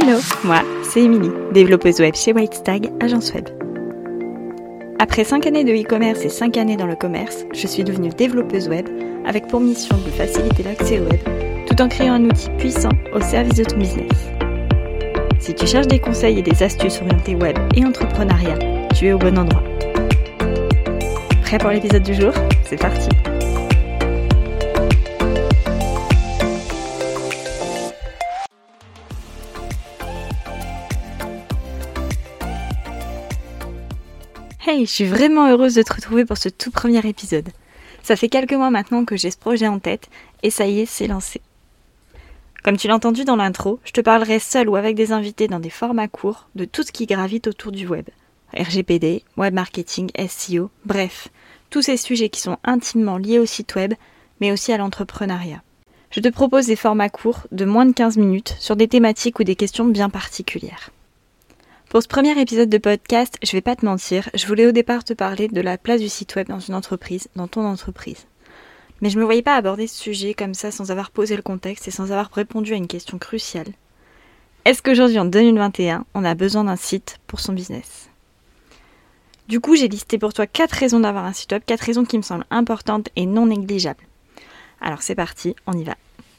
Hello, moi, c'est Émilie, développeuse web chez Whitestag, agence web. Après 5 années de e-commerce et 5 années dans le commerce, je suis devenue développeuse web avec pour mission de faciliter l'accès au web tout en créant un outil puissant au service de ton business. Si tu cherches des conseils et des astuces orientées web et entrepreneuriat, tu es au bon endroit. Prêt pour l'épisode du jour ? C'est parti! Hey, je suis vraiment heureuse de te retrouver pour ce tout premier épisode. Ça fait quelques mois maintenant que j'ai ce projet en tête et ça y est, c'est lancé. Comme tu l'as entendu dans l'intro, je te parlerai seule ou avec des invités dans des formats courts de tout ce qui gravite autour du web. RGPD, web marketing, SEO, bref, tous ces sujets qui sont intimement liés au site web, mais aussi à l'entrepreneuriat. Je te propose des formats courts de moins de 15 minutes sur des thématiques ou des questions bien particulières. Pour ce premier épisode de podcast, je vais pas te mentir, je voulais au départ te parler de la place du site web dans une entreprise, dans ton entreprise. Mais je me voyais pas aborder ce sujet comme ça sans avoir posé le contexte et sans avoir répondu à une question cruciale. Est-ce qu'aujourd'hui, en 2021, on a besoin d'un site pour son business ? Du coup, j'ai listé pour toi 4 raisons d'avoir un site web, 4 raisons qui me semblent importantes et non négligeables. Alors c'est parti, on y va.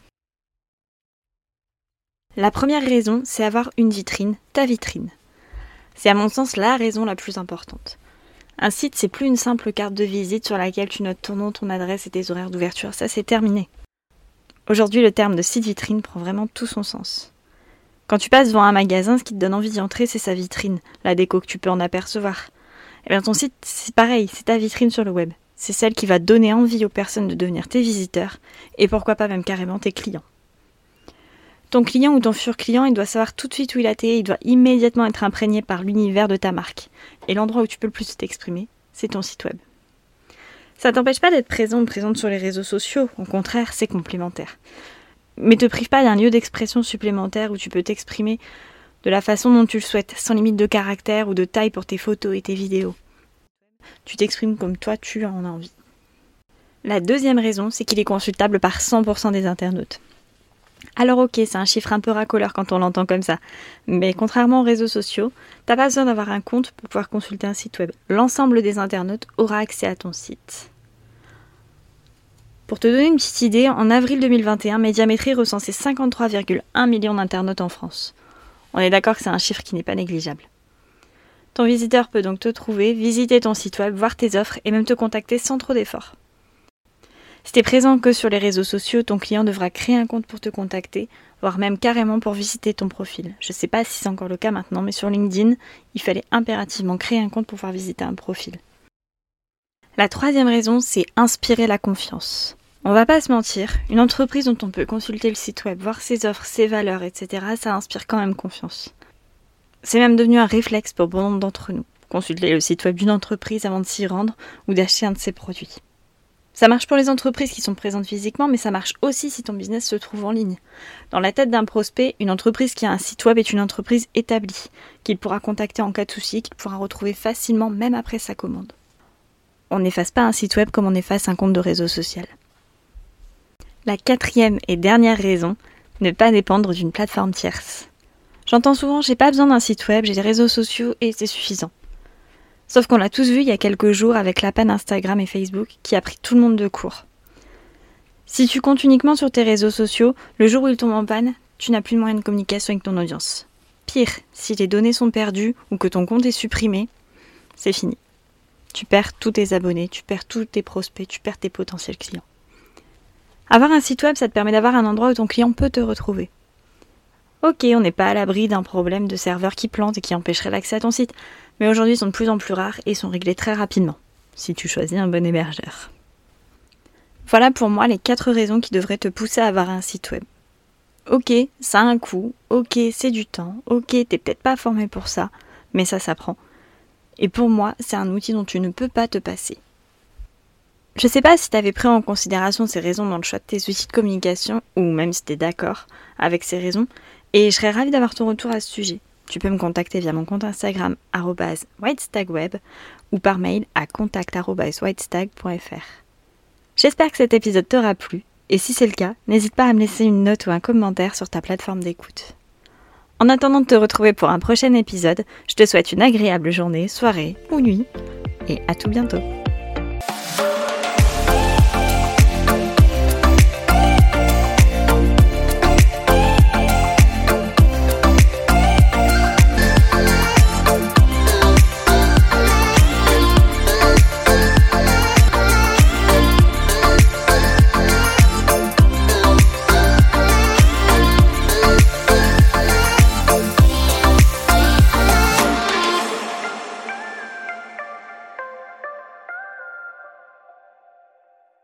La première raison, c'est avoir une vitrine, ta vitrine. C'est à mon sens la raison la plus importante. Un site, c'est plus une simple carte de visite sur laquelle tu notes ton nom, ton adresse et tes horaires d'ouverture. Ça, c'est terminé. Aujourd'hui, le terme de site vitrine prend vraiment tout son sens. Quand tu passes devant un magasin, ce qui te donne envie d'y entrer, c'est sa vitrine, la déco que tu peux en apercevoir. Et bien ton site, c'est pareil, c'est ta vitrine sur le web. C'est celle qui va donner envie aux personnes de devenir tes visiteurs et pourquoi pas même carrément tes clients. Ton client ou ton futur client, il doit savoir tout de suite où il a été, il doit immédiatement être imprégné par l'univers de ta marque. Et l'endroit où tu peux le plus t'exprimer, c'est ton site web. Ça t'empêche pas d'être présent ou présente sur les réseaux sociaux, au contraire, c'est complémentaire. Mais te prive pas d'un lieu d'expression supplémentaire où tu peux t'exprimer de la façon dont tu le souhaites, sans limite de caractère ou de taille pour tes photos et tes vidéos. Tu t'exprimes comme toi tu en as envie. La deuxième raison, c'est qu'il est consultable par 100% des internautes. Alors ok, c'est un chiffre un peu racoleur quand on l'entend comme ça, mais contrairement aux réseaux sociaux, t'as pas besoin d'avoir un compte pour pouvoir consulter un site web. L'ensemble des internautes aura accès à ton site. Pour te donner une petite idée, en avril 2021, Médiamétrie recensait 53,1 millions d'internautes en France. On est d'accord que c'est un chiffre qui n'est pas négligeable. Ton visiteur peut donc te trouver, visiter ton site web, voir tes offres et même te contacter sans trop d'efforts. Si t'es présent que sur les réseaux sociaux, ton client devra créer un compte pour te contacter, voire même carrément pour visiter ton profil. Je sais pas si c'est encore le cas maintenant, mais sur LinkedIn, il fallait impérativement créer un compte pour pouvoir visiter un profil. La troisième raison, c'est inspirer la confiance. On va pas se mentir, une entreprise dont on peut consulter le site web, voir ses offres, ses valeurs, etc., ça inspire quand même confiance. C'est même devenu un réflexe pour bon nombre d'entre nous, consulter le site web d'une entreprise avant de s'y rendre ou d'acheter un de ses produits. Ça marche pour les entreprises qui sont présentes physiquement, mais ça marche aussi si ton business se trouve en ligne. Dans la tête d'un prospect, une entreprise qui a un site web est une entreprise établie, qu'il pourra contacter en cas de souci, qu'il pourra retrouver facilement même après sa commande. On n'efface pas un site web comme on efface un compte de réseau social. La quatrième et dernière raison, ne pas dépendre d'une plateforme tierce. J'entends souvent, j'ai pas besoin d'un site web, j'ai des réseaux sociaux et c'est suffisant. Sauf qu'on l'a tous vu il y a quelques jours avec la panne Instagram et Facebook qui a pris tout le monde de court. Si tu comptes uniquement sur tes réseaux sociaux, le jour où ils tombent en panne, tu n'as plus de moyen de communication avec ton audience. Pire, si les données sont perdues ou que ton compte est supprimé, c'est fini. Tu perds tous tes abonnés, tu perds tous tes prospects, tu perds tes potentiels clients. Avoir un site web, ça te permet d'avoir un endroit où ton client peut te retrouver. Ok, on n'est pas à l'abri d'un problème de serveur qui plante et qui empêcherait l'accès à ton site, mais aujourd'hui ils sont de plus en plus rares et sont réglés très rapidement, si tu choisis un bon hébergeur. Voilà pour moi les 4 raisons qui devraient te pousser à avoir un site web. Ok, ça a un coût, ok, c'est du temps, ok, t'es peut-être pas formé pour ça, mais ça s'apprend. Et pour moi, c'est un outil dont tu ne peux pas te passer. Je sais pas si t'avais pris en considération ces raisons dans le choix de tes outils de communication, ou même si t'es d'accord avec ces raisons, et je serais ravie d'avoir ton retour à ce sujet. Tu peux me contacter via mon compte Instagram @whitestagweb ou par mail à contact@whitestag.fr. J'espère que cet épisode t'aura plu, et si c'est le cas, n'hésite pas à me laisser une note ou un commentaire sur ta plateforme d'écoute. En attendant de te retrouver pour un prochain épisode, je te souhaite une agréable journée, soirée ou nuit, et à tout bientôt.